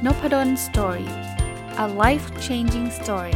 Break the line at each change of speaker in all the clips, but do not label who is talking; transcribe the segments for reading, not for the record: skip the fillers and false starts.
Nopadon Story. A life-changing story.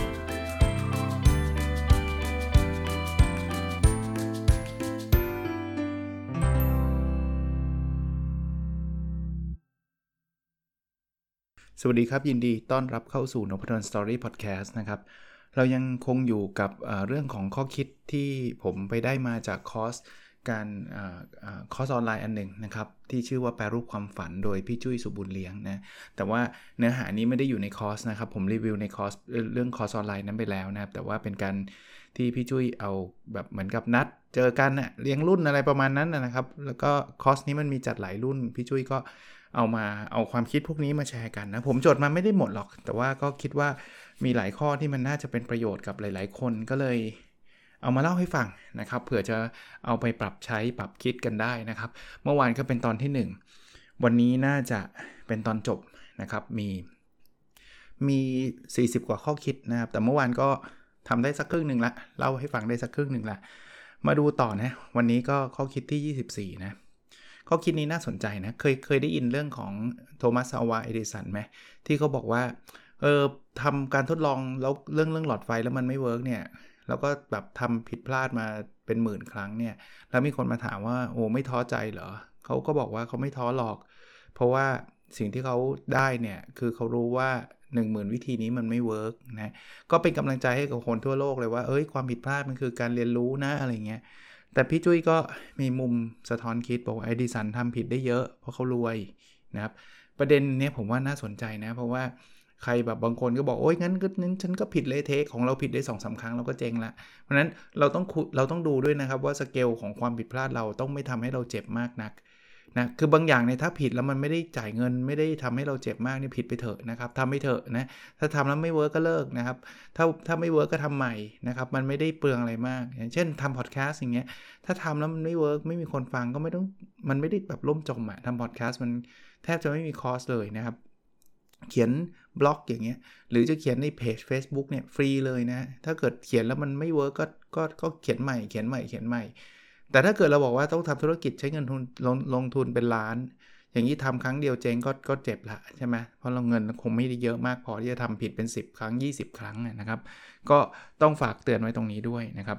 สวัสดีครับยินดีต้อนรับเข้าสู่ Nopadon Story Podcast นะครับเรายังคงอยู่กับเรื่องของข้อคิดที่ผมไปได้มาจากคอร์สการคอร์สออนไลน์อันหนึ่งนะครับที่ชื่อว่าแปรรูปความฝันโดยพี่จุ้ยสุบุญเลี้ยงนะแต่ว่าเนื้อหานี้ไม่ได้อยู่ในคอร์สนะครับผมรีวิวในคอร์สเรื่องคอร์สออนไลน์นั้นไปแล้วนะครับแต่ว่าเป็นการที่พี่จุ้ยเอาแบบเหมือนกับนัดเจอกันนะเลี้ยงรุ่นอะไรประมาณนั้นนะครับแล้วก็คอร์สนี้มันมีจัดหลายรุ่นพี่จุ้ยก็เอาความคิดพวกนี้มาแชร์กันนะผมจดมาไม่ได้หมดหรอกแต่ว่าก็คิดว่ามีหลายข้อที่มันน่าจะเป็นประโยชน์กับหลายๆคนก็เลยเอามาเล่าให้ฟังนะครับเผื่อจะเอาไปปรับใช้ปรับคิดกันได้นะครับเมื่อวานก็เป็นตอนที่1วันนี้น่าจะเป็นตอนจบนะครับมี40กว่าข้อคิดนะครับแต่เมื่อวานก็ทำได้สักครึ่งนึงละเล่าให้ฟังได้สักครึ่งนึงละมาดูต่อนะวันนี้ก็ข้อคิดที่24นะข้อคิดนี้น่าสนใจนะเคยได้ยินเรื่องของโทมัส อัลวา เอดิสันไหมที่เขาบอกว่าทำการทดลองแล้วเรื่องหลอดไฟแล้วมันไม่เวิร์กเนี่ยแล้วก็แบบทำผิดพลาดมาเป็นหมื่นครั้งเนี่ยแล้วมีคนมาถามว่าโอ้ไม่ท้อใจเหรอเขาก็บอกว่าเขาไม่ท้อหรอกเพราะว่าสิ่งที่เขาได้เนี่ยคือเขารู้ว่า 10,000 วิธีนี้มันไม่เวิร์กนะก็เป็นกำลังใจให้กับคนทั่วโลกเลยว่าความผิดพลาดมันคือการเรียนรู้นะอะไรเงี้ยแต่พี่จุ้ยก็มีมุมสะท้อนคิดบอกว่าเอดิสันทำผิดได้เยอะเพราะเขารวยนะครับประเด็นนี้ผมว่าน่าสนใจนะเพราะว่าใครแบบบางคนก็บอกงั้นฉันก็ผิดเละเทะของเราผิดได้ 2-3 ครั้งเราก็เจ๊งละเพราะฉะนั้นเราต้องดูด้วยนะครับว่าสเกลของความผิดพลาดเราต้องไม่ทำให้เราเจ็บมากนักนะคือบางอย่างเนี่ยถ้าผิดแล้วมันไม่ได้จ่ายเงินไม่ได้ทำให้เราเจ็บมากนี่ผิดไปเถอะนะครับทำไม่เถอะนะถ้าทำแล้วไม่เวิร์กก็เลิกนะครับถ้าไม่เวิร์กก็ทำใหม่นะครับมันไม่ได้เปลืองอะไรมากอย่างเช่นทำพอดแคสต์อย่างเงี้ยถ้าทำแล้วมันไม่เวิร์กไม่มีคนฟังก็ไม่ต้องมันไม่ได้แบบล่มจมอะทำพอดแคสต์มันแทบจะไม่มีคอสเลยนะครับเขียนบล็อกอย่างเงี้ยหรือจะเขียนในเพจ Facebook เนี่ยฟรีเลยนะถ้าเกิดเขียนแล้วมันไม่เวิร์กก็เขียนใหม่แต่ถ้าเกิดเราบอกว่าต้องทำธุรกิจใช้เงินทุนลงทุนเป็นล้านอย่างนี้ทำครั้งเดียวเจ๊งก็เจ็บละใช่ไหมเพราะเราเงินคงไม่ได้เยอะมากพอที่จะทำผิดเป็น10ครั้ง20ครั้งนะครับก็ต้องฝากเตือนไว้ตรงนี้ด้วยนะครับ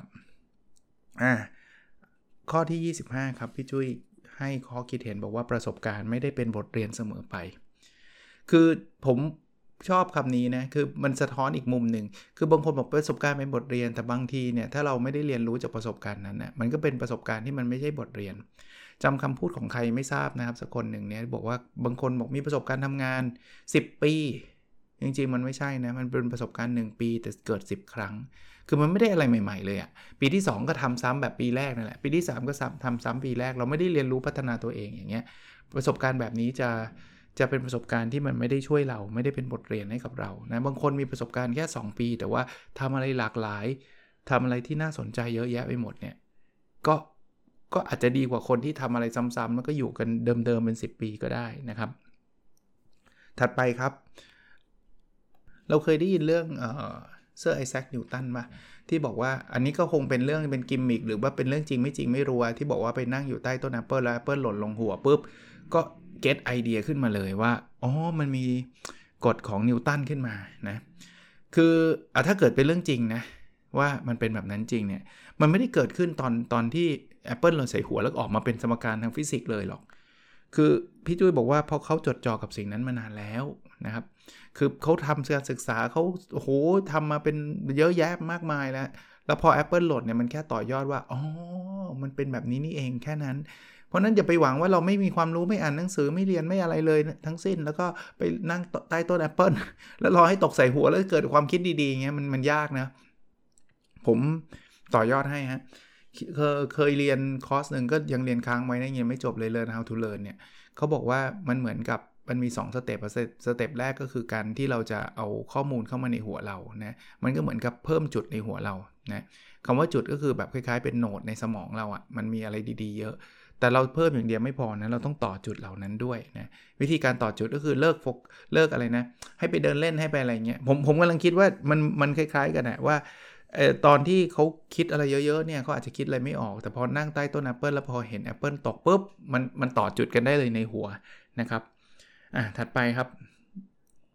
ข้อที่25ครับพี่จุ้ยให้ข้อคิดเห็นบอกว่าประสบการณ์ไม่ได้เป็นบทเรียนเสมอไปคือผมชอบคำนี้นะคือมันสะท้อนอีกมุมหนึ่งคือบางคนบอกประสบการณ์เป็นบทเรียนแต่บางทีเนี่ยถ้าเราไม่ได้เรียนรู้จากประสบการณ์นั้นนะมันก็เป็นประสบการณ์ที่มันไม่ใช่บทเรียนจำคำพูดของใครไม่ทราบนะครับสักคนหนึ่งเนี่ยบอกว่าบางคนบอกมีประสบการณ์ทำงาน10ปีจริงๆมันไม่ใช่นะมันเป็นประสบการณ์1ปีแต่เกิด10ครั้งคือมันไม่ได้อะไรใหม่ๆเลยอ่ะปีที่2ก็ทำซ้ำแบบปีแรกนั่นแหละปีที่3ก็ทำซ้ำปีแรกเราไม่ได้เรียนรู้พัฒนาตัวเองอย่างเงี้ยประสบการณ์แบบนี้จะเป็นประสบการณ์ที่มันไม่ได้ช่วยเราไม่ได้เป็นบทเรียนให้กับเรานะบางคนมีประสบการณ์แค่2ปีแต่ว่าทำอะไรหลากหลายทำอะไรที่น่าสนใจเยอะแยะไปหมดเนี่ยก็อาจจะดีกว่าคนที่ทำอะไรซ้ำๆแล้วก็อยู่กันเดิมๆเป็น10ปีก็ได้นะครับถัดไปครับเราเคยได้ยินเรื่องเซอร์ไอแซคนิวตันมาที่บอกว่าอันนี้ก็คงเป็นเรื่องเป็นกิมมิคหรือว่าเป็นเรื่องจริงไม่จริงไม่รู้ที่บอกว่าไปนั่งอยู่ใต้ต้นแอปเปิลแล้วแอปเปิลหล่นลงหัวปุ๊บก็เก็ตไอเดียขึ้นมาเลยว่ามันมีกฎของนิวตันขึ้นมานะคือถ้าเกิดเป็นเรื่องจริงนะว่ามันเป็นแบบนั้นจริงเนี่ยมันไม่ได้เกิดขึ้นตอนที่แอปเปิลหล่นใส่หัวแล้วออกมาเป็นสมการทางฟิสิกส์เลยหรอกคือพี่จุ้ยบอกว่าเพราะเขาจดจ่อกับสิ่งนั้นมานานแล้วนะครับคือเขาทำการศึกษาเขาทำมาเป็นเยอะแยะมากมายแล้วพอ Apple หล่นเนี่ยมันแค่ต่อยอดว่ามันเป็นแบบนี้นี่เองแค่นั้นเพราะนั้นอย่าไปหวังว่าเราไม่มีความรู้ไม่อ่านหนังสือไม่เรียนไม่อะไรเลยทั้งสิ้นแล้วก็ไปนั่งใต้ต้น Apple แล้วรอให้ตกใส่หัวแล้วเกิดความคิดดีๆอย่างเงี้ยมันยากนะผมต่อยอดให้ฮะเคยเรียนคอร์สนึงก็ยังเรียนค้างไว้นะยังไม่จบเลย Learn How to Learn เนี่ยเขาบอกว่ามันเหมือนกับมันมี2สเต็ปแรกก็คือการที่เราจะเอาข้อมูลเข้ามาในหัวเรานะมันก็เหมือนกับเพิ่มจุดในหัวเรานะคำว่าจุดก็คือแบบคล้ายๆเป็นโนดในสมองเรามันมีอะไรดีๆเยอะแต่เราเพิ่มอย่างเดียวไม่พอนะเราต้องต่อจุดเหล่านั้นด้วยนะวิธีการต่อจุดก็คือเลิกอะไรนะให้ไปเดินเล่นให้ไปอะไรเงี้ยผมกำลังคิดว่ามันคล้ายๆกันนะว่าตอนที่เขาคิดอะไรเยอะๆเนี่ยเขาอาจจะคิดอะไรไม่ออกแต่พอนั่งใต้ต้นแอปเปิลแล้วพอเห็นแอปเปิลตกปุ๊บมันต่อจุดกันได้เลยในหัวนะครับถัดไปครับ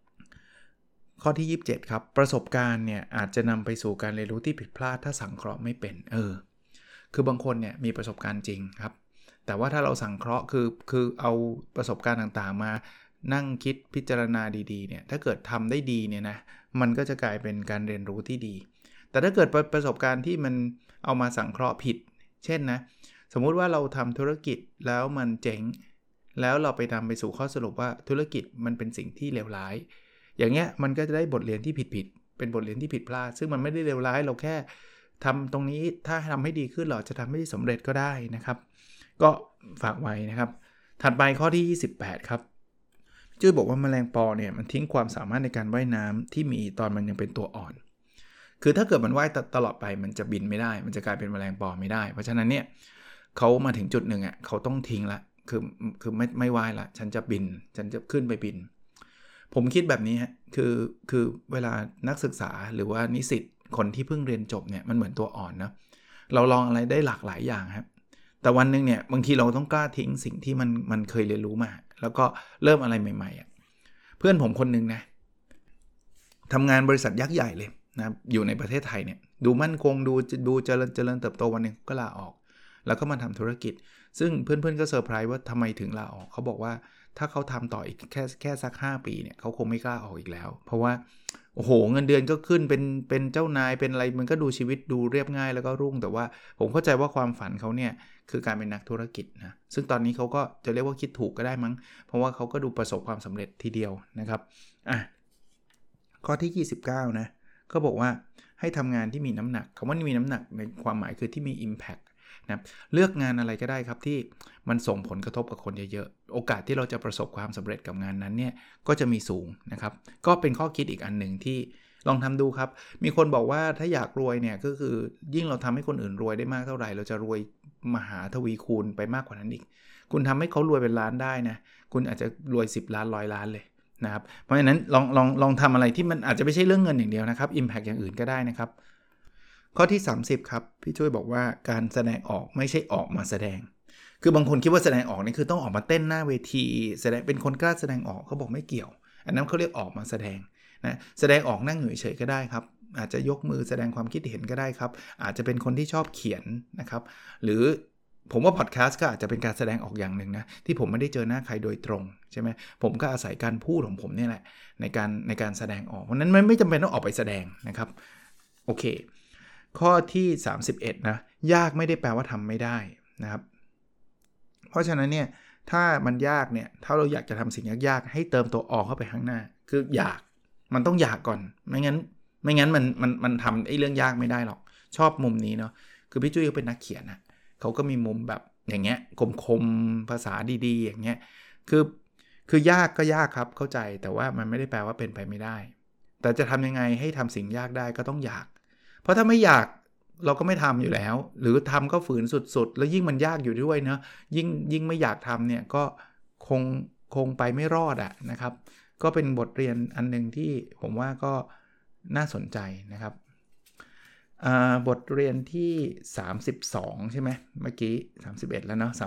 ข้อที่27ครับประสบการณ์เนี่ยอาจจะนำไปสู่การเรียนรู้ที่ผิดพลาดถ้าสังเคราะห์ไม่เป็นคือบางคนเนี่ยมีประสบการณ์จริงครับแต่ว่าถ้าเราสังเคราะห์คือเอาประสบการณ์ต่างๆมานั่งคิดพิจารณาดีๆเนี่ยถ้าเกิดทำได้ดีเนี่ยนะมันก็จะกลายเป็นการเรียนรู้ที่ดีแต่ถ้าเกิดประสบการณ์ที่มันเอามาสังเคราะห์ผิดเช่นนะสมมุติว่าเราทำธุรกิจแล้วมันเจ๊งแล้วเราไปนำไปสู่ข้อสรุปว่าธุรกิจมันเป็นสิ่งที่เลวร้ายอย่างเงี้ยมันก็จะได้บทเรียนที่ผิดเป็นบทเรียนที่ผิดพลาดซึ่งมันไม่ได้เลวร้ายเราแค่ทำตรงนี้ถ้าทำให้ดีขึ้นเราจะทำให้สำเร็จก็ได้นะครับก็ฝากไว้นะครับถัดไปข้อที่28ครับจุ้ยบอกว่าแมลงปอเนี่ยมันทิ้งความสามารถในการว่ายน้ำที่มีตอนมันยังเป็นตัวอ่อนคือถ้าเกิดมันว่ายตลอดไปมันจะบินไม่ได้มันจะกลายเป็นแมลงปอไม่ได้เพราะฉะนั้นเนี่ยเขามาถึงจุดหนึ่งอ่ะเขาต้องทิ้งละคือไม่ว่ายละฉันจะบินฉันจะขึ้นไปบินผมคิดแบบนี้ฮะคือเวลานักศึกษาหรือว่านิสิตคนที่เพิ่งเรียนจบเนี่ยมันเหมือนตัวอ่อนนะเราลองอะไรได้หลากหลายอย่างครับแต่วันนึงเนี่ยบางทีเราต้องกล้าทิ้งสิ่งที่มันเคยเรียนรู้มาแล้วก็เริ่มอะไรใหม่ๆอ่ะเพื่อนผมคนนึงนะทำงานบริษัทยักษ์ใหญ่เลยนะอยู่ในประเทศไทยเนี่ยดูมั่นคงดูเจริญเติบโตวันนึงก็ลาออกแล้วก็มาทำธุรกิจซึ่งเพื่อนๆก็เซอร์ไพรส์ว่าทำไมถึงลาออกเขาบอกว่าถ้าเขาทำต่ออีกแค่สัก5ปีเนี่ยเขาคงไม่กล้าออกอีกแล้วเพราะว่าโอ้โหเงินเดือนก็ขึ้นเป็นเจ้านายเป็นอะไรมันก็ดูชีวิตดูเรียบง่ายแล้วก็รุ่งแต่ว่าผมเข้าใจว่าความฝันเขาเนี่ยคือการเป็นนักธุรกิจนะซึ่งตอนนี้เขาก็จะเรียกว่าคิดถูกก็ได้มั้งเพราะว่าเขาก็ดูประสบความสำเร็จทีเดียวนะครับข้อที่29นะก็บอกว่าให้ทำงานที่มีน้ำหนักคำว่ามีน้ำหนักในความหมายคือที่มี impact นะเลือกงานอะไรก็ได้ครับที่มันส่งผลกระทบกับคนเยอะๆโอกาสที่เราจะประสบความสำเร็จกับงานนั้นเนี่ยก็จะมีสูงนะครับก็เป็นข้อคิดอีกอันหนึ่งที่ลองทำดูครับมีคนบอกว่าถ้าอยากรวยเนี่ยก็คือยิ่งเราทำให้คนอื่นรวยได้มากเท่าไหร่เราจะรวยมหาทวีคูณไปมากกว่านั้นอีกคุณทำให้เขารวยเป็นล้านได้นะคุณอาจจะรวย10ล้าน100ล้านเลยนะครับเพราะฉะนั้นลองทำอะไรที่มันอาจจะไม่ใช่เรื่องเงินอย่างเดียวนะครับ impact อย่างอื่นก็ได้นะครับข้อที่30ครับพี่ช่วยบอกว่าการแสดงออกไม่ใช่ออกมาแสดงคือบางคนคิดว่าแสดงออกนี่คือต้องออกมาเต้นหน้าเวทีแสดงเป็นคนกล้าแสดงออกเขาบอกไม่เกี่ยวอันนั้นเขาเรียกออกมาแสดงนะแสดงออกนั่งอยู่เฉยๆก็ได้ครับอาจจะยกมือแสดงความคิดเห็นก็ได้ครับอาจจะเป็นคนที่ชอบเขียนนะครับหรือผมว่าพอดแคสต์ก็อาจจะเป็นการแสดงออกอย่างหนึ่งนะที่ผมไม่ได้เจอหน้าใครโดยตรงใช่ไหมผมก็อาศัยการพูดของผมนี่แหละในการแสดงออกเพราะนั้นมันไม่จำเป็นต้องออกไปแสดงนะครับโอเคข้อที่31นะยากไม่ได้แปลว่าทำไม่ได้นะครับเพราะฉะนั้นเนี่ยถ้ามันยากเนี่ยถ้าเราอยากจะทำสิ่งยากๆให้เติมตัวออกเข้าไปข้างหน้าคืออยากมันต้องอยากก่อนไม่งั้นมันทำไอ้เรื่องยากไม่ได้หรอกชอบมุมนี้เนาะคือพี่จุ้ยเขาเป็นนักเขียนนะเขาก็มีมุมแบบอย่างเงี้ยคมภาษาดีๆอย่างเงี้ยคือยากก็ยากครับเข้าใจแต่ว่ามันไม่ได้แปลว่าเป็นไปไม่ได้แต่จะทำยังไงให้ทำสิ่งยากได้ก็ต้องอยากเพราะถ้าไม่อยากเราก็ไม่ทำอยู่แล้วหรือทำก็ฝืนสุดๆแล้วยิ่งมันยากอยู่ด้วยเนาะยิ่งไม่อยากทำเนี่ยก็คงไปไม่รอดอะนะครับก็เป็นบทเรียนอันนึงที่ผมว่าก็น่าสนใจนะครับบทเรียนที่32ใช่ไหมเมื่อกี้31แล้วเนาะ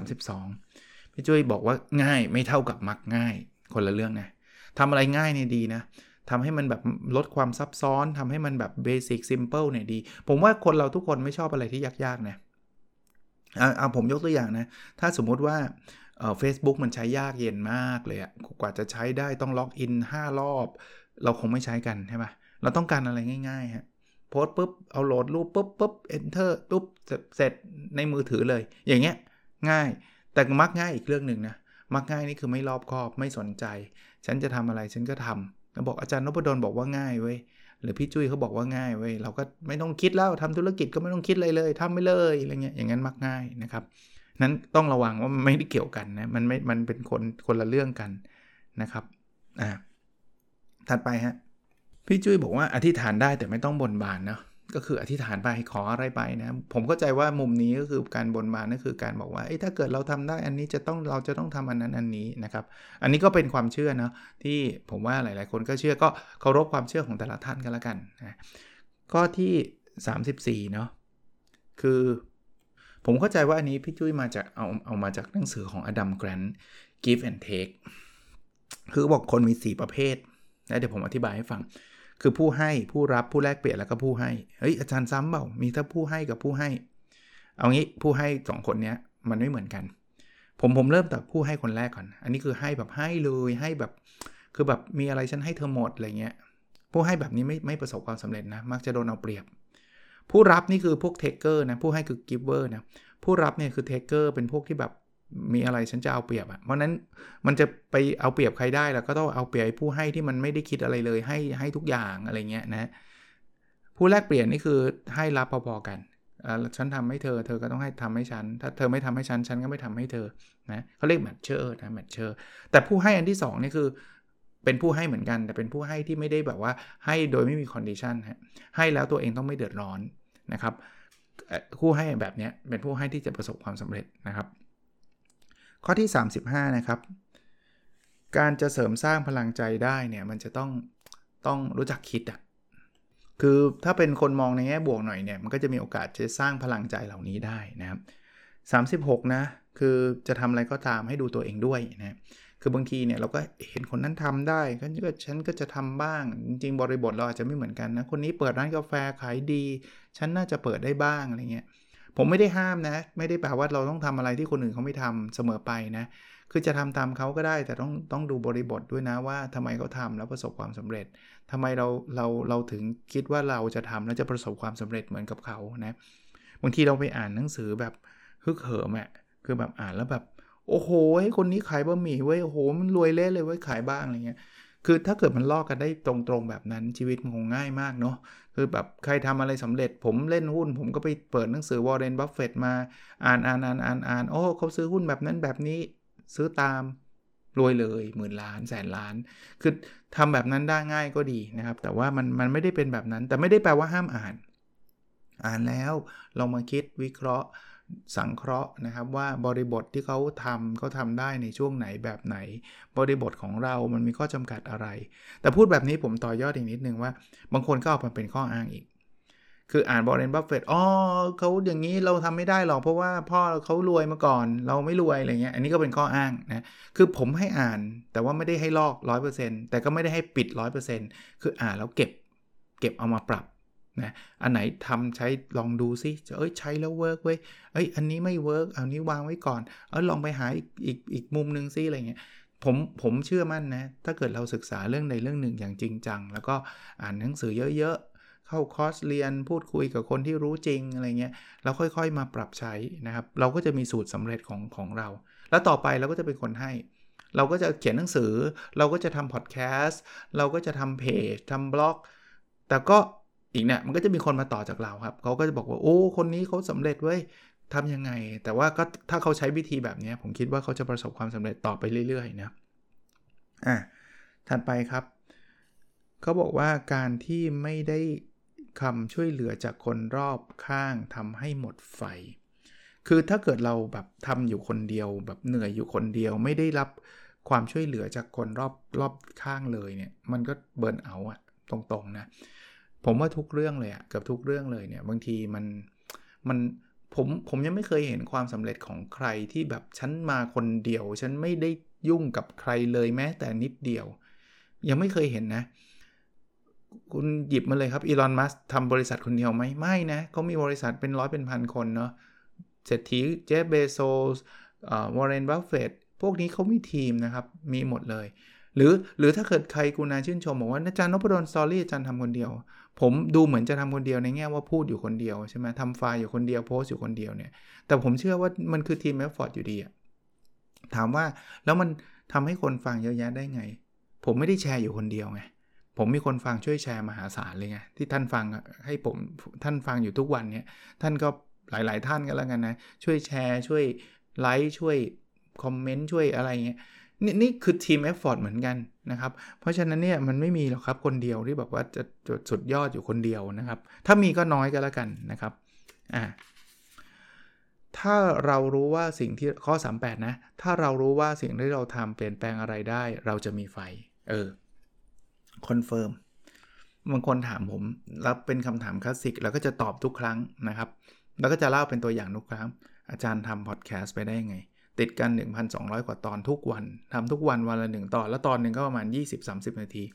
32พี่จุ้ยบอกว่าง่ายไม่เท่ากับมักง่ายคนละเรื่องนะทำอะไรง่ายเนี่ยดีนะทำให้มันแบบลดความซับซ้อนทำให้มันแบบเบสิกซิมเปิลเนี่ยดีผมว่าคนเราทุกคนไม่ชอบอะไรที่ยากๆนะเอาผมยกตัวอย่างนะถ้าสมมติว่าFacebook มันใช้ยากเย็นมากเลยอะกว่าจะใช้ได้ต้องล็อกอิน5รอบเราคงไม่ใช้กันใช่ไหมเราต้องการอะไรง่ายๆฮะโพสปุ๊บเอาโหลดรูปปุ๊บ enter ปุ๊บเสร็จในมือถือเลยอย่างเงี้ยง่ายแต่มักง่ายอีกเรื่องนึงนะมักง่ายนี่คือไม่รอบคอบไม่สนใจฉันจะทำอะไรฉันก็ทำแล้วบอกอาจารย์นพดลบอกว่าง่ายเว้ยหรือพี่จุ้ยเขาบอกว่าง่ายเว้ยเราก็ไม่ต้องคิดแล้วทำธุรกิจก็ไม่ต้องคิดอะไรเลยทำไปเลยอะไรเงี้ยอย่างนั้นมักง่ายนะครับนั้นต้องระวังว่ามันไม่ได้เกี่ยวกันนะมันเป็นคนละเรื่องกันนะครับถัดไปฮะพี่จุ้ยบอกว่าอธิษฐานได้แต่ไม่ต้องบนบานนะก็คืออธิษฐานไปขออะไรไปนะผมเข้าใจว่ามุมนี้ก็คือการบนบานนั่นคือการบอกว่าถ้าเกิดเราทำได้อันนี้เราจะต้องทำอันนั้นอันนี้นะครับอันนี้ก็เป็นความเชื่อนะที่ผมว่าหลายๆคนก็เชื่อก็เคารพความเชื่อของแต่ละท่านกันละกันนะข้อที่34เนาะคือผมเข้าใจว่าอันนี้พี่จุ้ยมาจากเอามาจากหนังสือของอดัม แกรนท์ Give and Take คือบอกคนมี4ประเภทนะเดี๋ยวผมอธิบายให้ฟังคือผู้ให้ผู้รับผู้แลกเปลี่ยนแล้วก็ผู้ให้อาจารย์ซ้ำเปล่ามีถ้าผู้ให้กับผู้ให้เอางี้ผู้ให้2คนเนี้ยมันไม่เหมือนกันผมเริ่มจากผู้ให้คนแรกก่อนอันนี้คือให้แบบให้เลยให้แบบคือแบบมีอะไรฉันให้เธอหมดอะไรเงี้ยผู้ให้แบบนี้ไม่ประสบความสำเร็จนะมักจะโดนเอาเปรียบผู้รับนี่คือพวกเทคเกอร์นะผู้ให้คือกิฟเวอร์นะผู้รับเนี่ยคือเทคเกอร์เป็นพวกที่แบบมีอะไรฉันจะเอาเปรียบเพราะนั้นมันจะไปเอาเปรียบใครได้แล้วก็ต้องเอาเปรียบผู้ให้ที่มันไม่ได้คิดอะไรเลยให้ทุกอย่างอะไรเงี้ยนะผู้แลกเปลี่ยนนี่คือให้รับพอๆกันฉันทำให้เธอก็ต้องให้ทำให้ฉันถ้าเธอไม่ทำให้ฉันก็ไม่ทำให้เธอนะเขาเรียกแมทเชอร์นะแมทเชอร์แต่ผู้ให้อันที่2นี่คือเป็นผู้ให้เหมือนกันแต่เป็นผู้ให้ที่ไม่ได้แบบว่าให้โดยไม่มีคอนดิชันให้แล้วตัวเองต้องไม่เดือดร้อนนะครับผู้ให้แบบนี้เป็นผู้ให้ที่จะประสบความสำเร็จนะครับข้อที่35นะครับการจะเสริมสร้างพลังใจได้เนี่ยมันจะต้องรู้จักคิดคือถ้าเป็นคนมองในแง่บวกหน่อยเนี่ยมันก็จะมีโอกาสจะสร้างพลังใจเหล่านี้ได้นะครับ36นะคือจะทำอะไรก็ตามให้ดูตัวเองด้วยนะคือบางทีเนี่ยเราก็เห็นคนนั้นทำได้ก็ฉันก็จะทำบ้างจริงๆบริบทเราอาจจะไม่เหมือนกันนะคนนี้เปิดร้านกาแฟขายดีฉันน่าจะเปิดได้บ้างอะไรเงี้ยผมไม่ได้ห้ามนะไม่ได้แปลว่าเราต้องทำอะไรที่คนอื่นเขาไม่ทำเสมอไปนะคือจะทำตามเขาก็ได้แต่ต้องดูบริบทด้วยนะว่าทำไมเขาทำแล้วประสบความสำเร็จทำไมเราถึงคิดว่าเราจะทำแล้วจะประสบความสำเร็จเหมือนกับเขานะบางทีเราไปอ่านหนังสือแบบฮึกเหิมคือแบบอ่านแล้วแบบโอ้โหคนนี้ขายบะหมี่เว้ยโอ้โหมันรวยเละเลยเว้ยขายบ้างอะไรเงี้ยคือถ้าเกิดมันลอกกันได้ตรงๆแบบนั้นชีวิตมันคงง่ายมากเนาะคือแบบใครทำอะไรสำเร็จผมเล่นหุ้นผมก็ไปเปิดหนังสือวอร์เรน บัฟเฟตต์มาอ่านโอ้เขาซื้อหุ้นแบบนั้นแบบนี้ซื้อตามรวยเลยหมื่นล้านแสนล้านคือทำแบบนั้นได้ง่ายก็ดีนะครับแต่ว่ามันไม่ได้เป็นแบบนั้นแต่ไม่ได้แปลว่าห้ามอ่านแล้วลองมาคิดวิเคราะห์สังเคราะห์นะครับว่าบริบทที่เขาทำได้ในช่วงไหนแบบไหนบริบทของเรามันมีข้อจำกัดอะไรแต่พูดแบบนี้ผมต่อยอดอีกนิดนึงว่าบางคนก็เอามาเป็นข้ออ้างอีกคืออ่านวอร์เรน บัฟเฟตต์เขาอย่างนี้เราทำไม่ได้หรอกเพราะว่าพ่อเขารวยมาก่อนเราไม่รวยอะไรเงี้ยอันนี้ก็เป็นข้ออ้างนะคือผมให้อ่านแต่ว่าไม่ได้ให้ลอก 100% แต่ก็ไม่ได้ให้ปิด 100% คืออ่านแล้วเก็บเอามาปรับนะอันไหนทำใช้ลองดูซิใช้แล้วเวิร์กเว้ยอันนี้ไม่เวิร์กเอานี้วางไว้ก่อนลองไปหาอีกมุมนึงซิอะไรเงี้ยผมเชื่อมั่นนะถ้าเกิดเราศึกษาเรื่องใดเรื่องหนึ่งอย่างจริงจังแล้วก็อ่านหนังสือเยอะๆเข้าคอร์สเรียนพูดคุยกับคนที่รู้จริงอะไรเงี้ยแล้วค่อยๆมาปรับใช้นะครับเราก็จะมีสูตรสำเร็จของเราแล้วต่อไปเราก็จะเป็นคนให้เราก็จะเขียนหนังสือเราก็จะทำพอดแคสต์เราก็จะทำเพจทำบล็อกแต่ก็อีกเนี่ยมันก็จะมีคนมาต่อจากเราครับเขาก็จะบอกว่าโอ้คนนี้เขาสำเร็จเว้ยทำยังไงแต่ว่าก็ถ้าเขาใช้วิธีแบบนี้ผมคิดว่าเขาจะประสบความสำเร็จต่อไปเรื่อยๆนะถัดไปครับเขาบอกว่าการที่ไม่ได้คำช่วยเหลือจากคนรอบข้างทำให้หมดไฟคือถ้าเกิดเราแบบทำอยู่คนเดียวแบบเหนื่อยอยู่คนเดียวไม่ได้รับความช่วยเหลือจากคนรอบข้างเลยเนี่ยมันก็เบิร์นเอาท์ตรงๆนะผมว่าทุกเรื่องเลยเกือบทุกเรื่องเลยเนี่ยบางทีมันผมยังไม่เคยเห็นความสำเร็จของใครที่แบบฉันมาคนเดียวฉันไม่ได้ยุ่งกับใครเลยแม้แต่นิดเดียวยังไม่เคยเห็นนะคุณหยิบมาเลยครับอีลอน มัสก์ทำบริษัทคนเดียวไหมไม่นะเขามีบริษัทเป็นร้อยเป็นพันคนเนาะเศรษฐีเจฟ เบโซสวอร์เรน บัฟเฟตต์พวกนี้เขามีทีมนะครับมีหมดเลยหรือถ้าเกิดใครกูน่าชื่นชมบอกว่าอาจารย์นพดลสตอรี่อาจารย์ทำคนเดียวผมดูเหมือนจะทำคนเดียวในแง่ว่าพูดอยู่คนเดียวใช่ไหมทำไฟล์อยู่คนเดียวโพสต์อยู่คนเดียวเนี่ยแต่ผมเชื่อว่ามันคือทีมเอฟฟอร์ตอยู่ดีถามว่าแล้วมันทำให้คนฟังเยอะแยะได้ไงผมไม่ได้แชร์อยู่คนเดียวไงผมมีคนฟังช่วยแชร์มหาศาลเลยไงที่ท่านฟังให้ผมท่านฟังอยู่ทุกวันเนี่ยท่านก็หลายๆท่านกันแล้วกันนะช่วยแชร์ช่วยไลค์ช่วยคอมเมนต์ช่วยอะไรเงี้ยนี่คือทีมเอฟฟอร์ตเหมือนกันนะครับเพราะฉะนั้นเนี่ยมันไม่มีหรอกครับคนเดียวที่แบบว่าจะสุดยอดอยู่คนเดียวนะครับถ้ามีก็น้อยก็แล้วกันนะครับถ้าเรารู้ว่าสิ่งที่ข้อ38นะถ้าเรารู้ว่าสิ่งที่เราทำเปลี่ยนแปลงอะไรได้เราจะมีไฟคอนเฟิร์มบางคนถามผมแล้วเป็นคำถามคลาสสิกแล้วก็จะตอบทุกครั้งนะครับแล้วก็จะเล่าเป็นตัวอย่างทุกครั้งอาจารย์ทำพอดแคสต์ไปได้ยังไงติดกัน 1,200 กว่าตอนทุกวันทำทุกวันวันละ1ตอนแล้วตอนนึงก็ประมาณ 20-30 นาที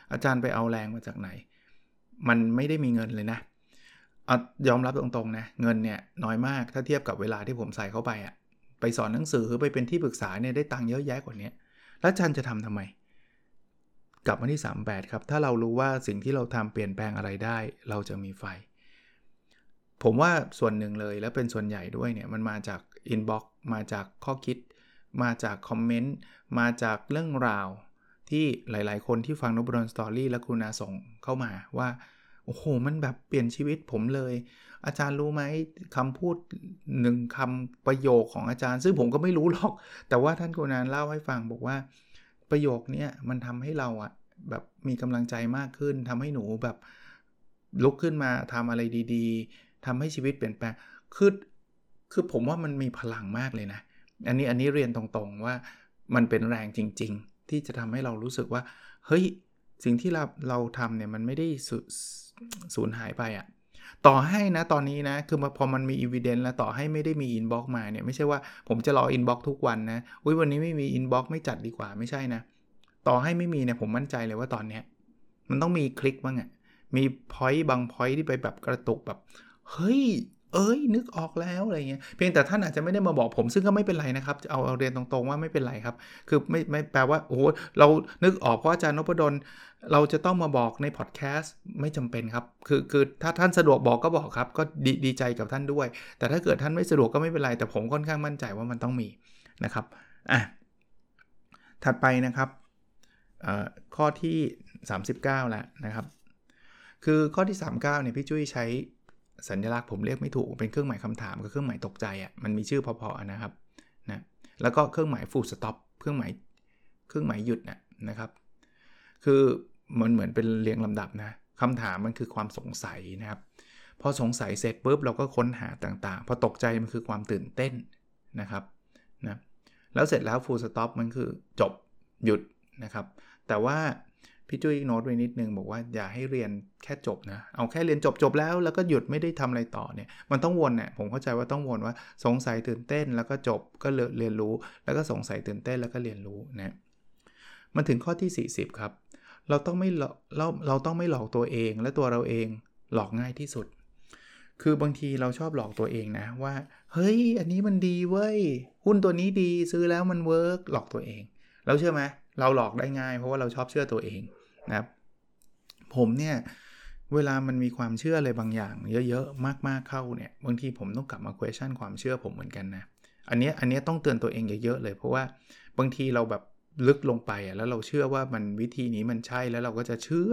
อาจารย์ไปเอาแรงมาจากไหนมันไม่ได้มีเงินเลยนะยอมรับตรงๆนะเงินเนี่ยน้อยมากถ้าเทียบกับเวลาที่ผมใส่เข้าไปไปสอนหนังสือไปเป็นที่ปรึกษาเนี่ยได้ตังค์เยอะแยะกว่านี้แล้วอาจารย์จะทำไมกลับมาที่38ครับถ้าเรารู้ว่าสิ่งที่เราทำเปลี่ยนแปลงอะไรได้เราจะมีไฟผมว่าส่วนหนึ่งเลยและเป็นส่วนใหญ่ด้วยเนี่ยมันมาจากอินบ็อกซ์มาจากข้อคิดมาจากคอมเมนต์มาจากเรื่องราวที่หลายๆคนที่ฟังนพดลสตอรี่และคุณาส่งเข้ามาว่าโอ้โหมันแบบเปลี่ยนชีวิตผมเลยอาจารย์รู้ไหมคำพูด1คำประโยคของอาจารย์ซึ่งผมก็ไม่รู้หรอกแต่ว่าท่านคุณาเล่าให้ฟังบอกว่าประโยคนี้มันทำให้เราแบบมีกำลังใจมากขึ้นทำให้หนูแบบลุกขึ้นมาทำอะไรดีๆทำให้ชีวิตเปลี่ยนแปลงคือผมว่ามันมีพลังมากเลยนะอันนี้เรียนตรงๆว่ามันเป็นแรงจริงๆที่จะทำให้เรารู้สึกว่าเฮ้ยสิ่งที่เราทำเนี่ยมันไม่ได้สูญหายไปต่อให้นะตอนนี้นะคือพอมันมี evidence แล้วต่อให้ไม่ได้มี inbox มาเนี่ยไม่ใช่ว่าผมจะรอ inbox ทุกวันนะวันนี้ไม่มี inbox ไม่จัดดีกว่าไม่ใช่นะต่อให้ไม่มีเนี่ยผมมั่นใจเลยว่าตอนเนี้ยมันต้องมีคลิกบ้างมี point บาง point ที่ไปแบบกระตุกแบบเฮ้ยนึกออกแล้วอะไรเงี้ยเพียงแต่ท่านอาจจะไม่ได้มาบอกผมซึ่งก็ไม่เป็นไรนะครับเอาเรียนตรงๆว่าไม่เป็นไรครับคือไม่แปลว่าโอ้โหเรานึกออกเพราะอาจารย์นพดลเราจะต้องมาบอกในพอดแคสต์ไม่จำเป็นครับคือถ้าท่านสะดวกบอกก็บอกครับก็ดีใจกับท่านด้วยแต่ถ้าเกิดท่านไม่สะดวกก็ไม่เป็นไรแต่ผมค่อนข้างมั่นใจว่ามันต้องมีนะครับถัดไปนะครับข้อที่39แล้วนะครับคือข้อที่39เนี่ยพี่จุ้ยใช้สัญลักษณ์ผมเรียกไม่ถูกเป็นเครื่องหมายคำถามกับเครื่องหมายตกใจมันมีชื่อพอๆนะครับนะแล้วก็เครื่องหมาย full stop เครื่องหมายหยุดนะครับคือมันเหมือนเป็นเรียงลำดับนะคำถามมันคือความสงสัยนะครับพอสงสัยเสร็จปุ๊บเราก็ค้นหาต่างๆพอตกใจมันคือความตื่นเต้นนะครับนะแล้วเสร็จแล้ว full stop มันคือจบหยุดนะครับแต่ว่าพี่จุ้ยโน้ตไว้นิดนึงบอกว่าอย่าให้เรียนแค่จบนะเอาแค่เรียนจบแล้วก็หยุดไม่ได้ทำอะไรต่อเนี่ยมันต้องวนผมเข้าใจว่าต้องวนว่าสงสัยตื่นเต้นแล้วก็จบก็เรียนรู้แล้วก็สงสัยตื่นเต้นแล้วก็เรียนรู้นะมันถึงข้อที่40ครับเราต้องไม่หลอกตัวเองและตัวเราเองหลอกง่ายที่สุดคือบางทีเราชอบหลอกตัวเองนะว่าเฮ้ยอันนี้มันดีเว้ยหุ้นตัวนี้ดีซื้อแล้วมันเวิร์กหลอกตัวเองเราเชื่อไหมเราหลอกได้ง่ายเพราะว่าเราชอบเชื่อตัวเองนะครับผมเนี่ยเวลามันมีความเชื่ออะไรบางอย่างเยอะๆมากๆเข้าเนี่ยบางทีผมต้องกลับมา question ความเชื่อผมเหมือนกันนะอันนี้ต้องเตือนตัวเองเยอะๆเลยเพราะว่าบางทีเราแบบลึกลงไปแล้วเราเชื่อว่ามันวิธีนี้มันใช่แล้วเราก็จะเชื่อ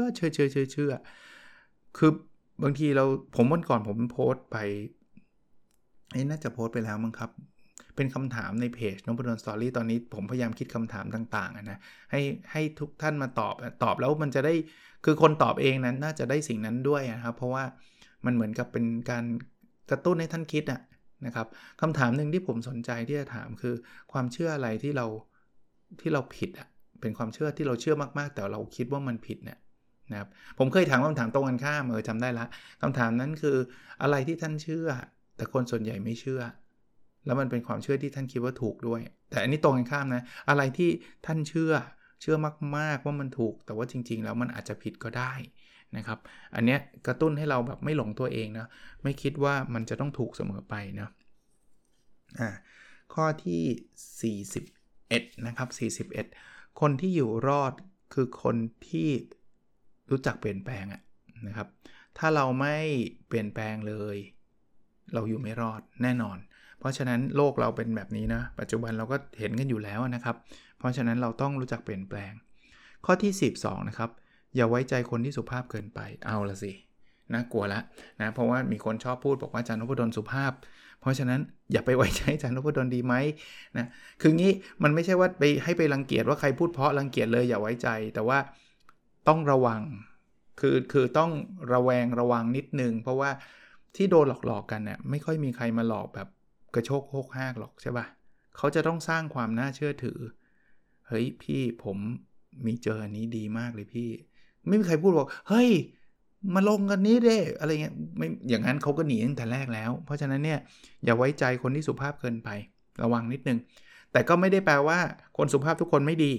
คือบางทีผมวันก่อนผมโพสต์ไปน่าจะโพสต์ไปแล้วมั้งครับเป็นคำถามในเพจนพดลสตอรี่ตอนนี้ผมพยายามคิดคำถามต่างๆนะให้ทุกท่านมาตอบแล้วมันจะได้คือคนตอบเองนั้นน่าจะได้สิ่งนั้นด้วยนะครับเพราะว่ามันเหมือนกับเป็นการกระตุ้นให้ท่านคิดนะครับคำถามหนึ่งที่ผมสนใจที่จะถามคือความเชื่ออะไรที่เราผิดเป็นความเชื่อที่เราเชื่อมากๆแต่เราคิดว่ามันผิดนะครับผมเคยถามคำถามตรงกันข้ามจำได้ละคำถามนั้นคืออะไรที่ท่านเชื่อแต่คนส่วนใหญ่ไม่เชื่อแล้วมันเป็นความเชื่อที่ท่านคิดว่าถูกด้วยแต่อันนี้ตรงกันข้ามนะอะไรที่ท่านเชื่อมากๆว่ามันถูกแต่ว่าจริงๆแล้วมันอาจจะผิดก็ได้นะครับอันนี้กระตุ้นให้เราแบบไม่หลงตัวเองนะไม่คิดว่ามันจะต้องถูกเสมอไปนะข้อที่41นะครับ41คนที่อยู่รอดคือคนที่รู้จักเปลี่ยนแปลงนะครับถ้าเราไม่เปลี่ยนแปลงเลยเราอยู่ไม่รอดแน่นอนเพราะฉะนั้นโลกเราเป็นแบบนี้นะปัจจุบันเราก็เห็นกันอยู่แล้วนะครับเพราะฉะนั้นเราต้องรู้จักเปลี่ยนแปลงข้อที่12นะครับอย่าไว้ใจคนที่สุภาพเกินไปเอาละสิน่ากลัวละนะเพราะว่ามีคนชอบพูดบอกว่าอาจารย์นพดลสุภาพเพราะฉะนั้นอย่าไปไว้ใจอาจารย์นพดลดีไหมนะคืองี้มันไม่ใช่ว่าไปรังเกียจว่าใครพูดเพราะรังเกียจเลยอย่าไว้ใจแต่ว่าต้องระวังคือต้องระวังนิดนึงเพราะว่าที่โดนหลอกกันเนี่ยไม่ค่อยมีใครมาหลอกแบบกระโชกโคกฮากหรอกใช่ป่ะเขาจะต้องสร้างความน่าเชื่อถือเฮ้ยพี่ผมมีเจออันนี้ดีมากเลยพี่ไม่มีใครพูดบอกเฮ้ยมาลงกันนี้เด้อะไรเงี้ยไม่อย่างนั้นเขาก็หนีตั้งแต่แรกแล้วเพราะฉะนั้นเนี่ยอย่าไว้ใจคนที่สุภาพเกินไประวังนิดนึงแต่ก็ไม่ได้แปลว่าคนสุภาพทุกคนไม่ดี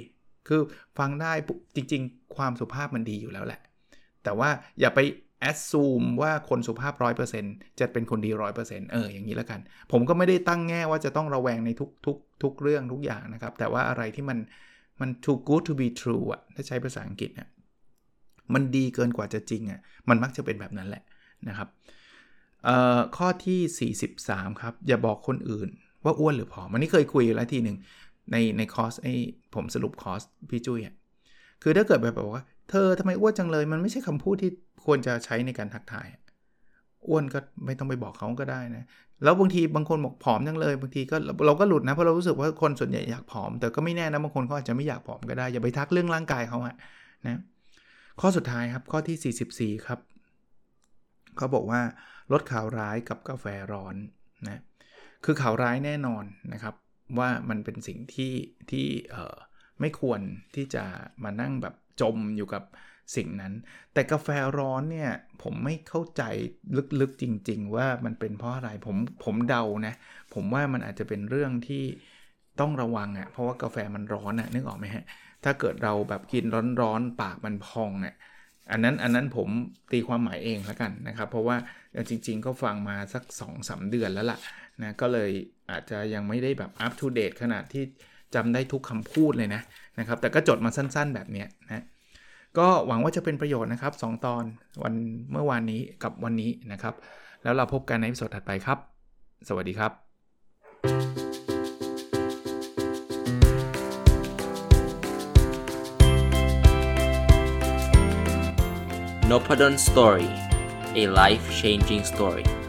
คือฟังได้จริงๆความสุภาพมันดีอยู่แล้วแหละแต่ว่าอย่าไปassume ว่าคนสุภาพ 100% จะเป็นคนดี 100% อย่างนี้แล้วกันผมก็ไม่ได้ตั้งแง่ว่าจะต้องระแวงในทุกเรื่องทุกอย่างนะครับแต่ว่าอะไรที่มัน too good to be true อ่ะถ้าใช้ภาษาอังกฤษเนี่ยมันดีเกินกว่าจะจริงอ่ะมันมักจะเป็นแบบนั้นแหละนะครับข้อที่43ครับอย่าบอกคนอื่นว่าอ้วนหรือผอมอันนี้เคยคุยอยู่แล้วทีนึงในคอร์สผมสรุปคอร์สพี่จุ้ยอ่ะคือถ้าเกิดแบบว่าเธอทำไมอ้วนจังเลยมันไม่ใช่คำพูดที่ควรจะใช้ในการทักทายอ้วนก็ไม่ต้องไปบอกเขาก็ได้นะแล้วบางทีบางคนบอกผอมจังเลยบางทีก็เราก็หลุดนะเพราะเรารู้สึกว่าคนส่วนใหญ่อยากผอมแต่ก็ไม่แน่นะบางคนเขาอาจจะไม่อยากผอมก็ได้อย่าไปทักเรื่องร่างกายเขาอะนะข้อสุดท้ายครับข้อที่44ครับเขาบอกว่าลดข่าวร้ายกับกาแฟร้อนนะคือข่าวร้ายแน่นอนนะครับว่ามันเป็นสิ่งที่ไม่ควรที่จะมานั่งแบบจมอยู่กับสิ่งนั้นแต่กาแฟร้อนเนี่ยผมไม่เข้าใจลึกๆจริงๆว่ามันเป็นเพราะอะไรผมเดานะผมว่ามันอาจจะเป็นเรื่องที่ต้องระวังอ่ะเพราะว่ากาแฟมันร้อนอ่ะนึกออกไหมฮะถ้าเกิดเราแบบกินร้อนๆปากมันพองอ่ะอันนั้นผมตีความหมายเองแล้วกันนะครับเพราะว่าจริงๆก็ฟังมาสัก 2-3 เดือนแล้วล่ะนะก็เลยอาจจะยังไม่ได้แบบ up to date ขนาดที่จำได้ทุกคำพูดเลยนะครับแต่ก็จดมาสั้นๆแบบนี้นะก็หวังว่าจะเป็นประโยชน์นะครับ2ตอนเมื่อวานนี้กับวันนี้นะครับแล้วเราพบกันในอีพิโซดถัดไปครับสวัสดีครับ
Nopadon Story, a life-changing story.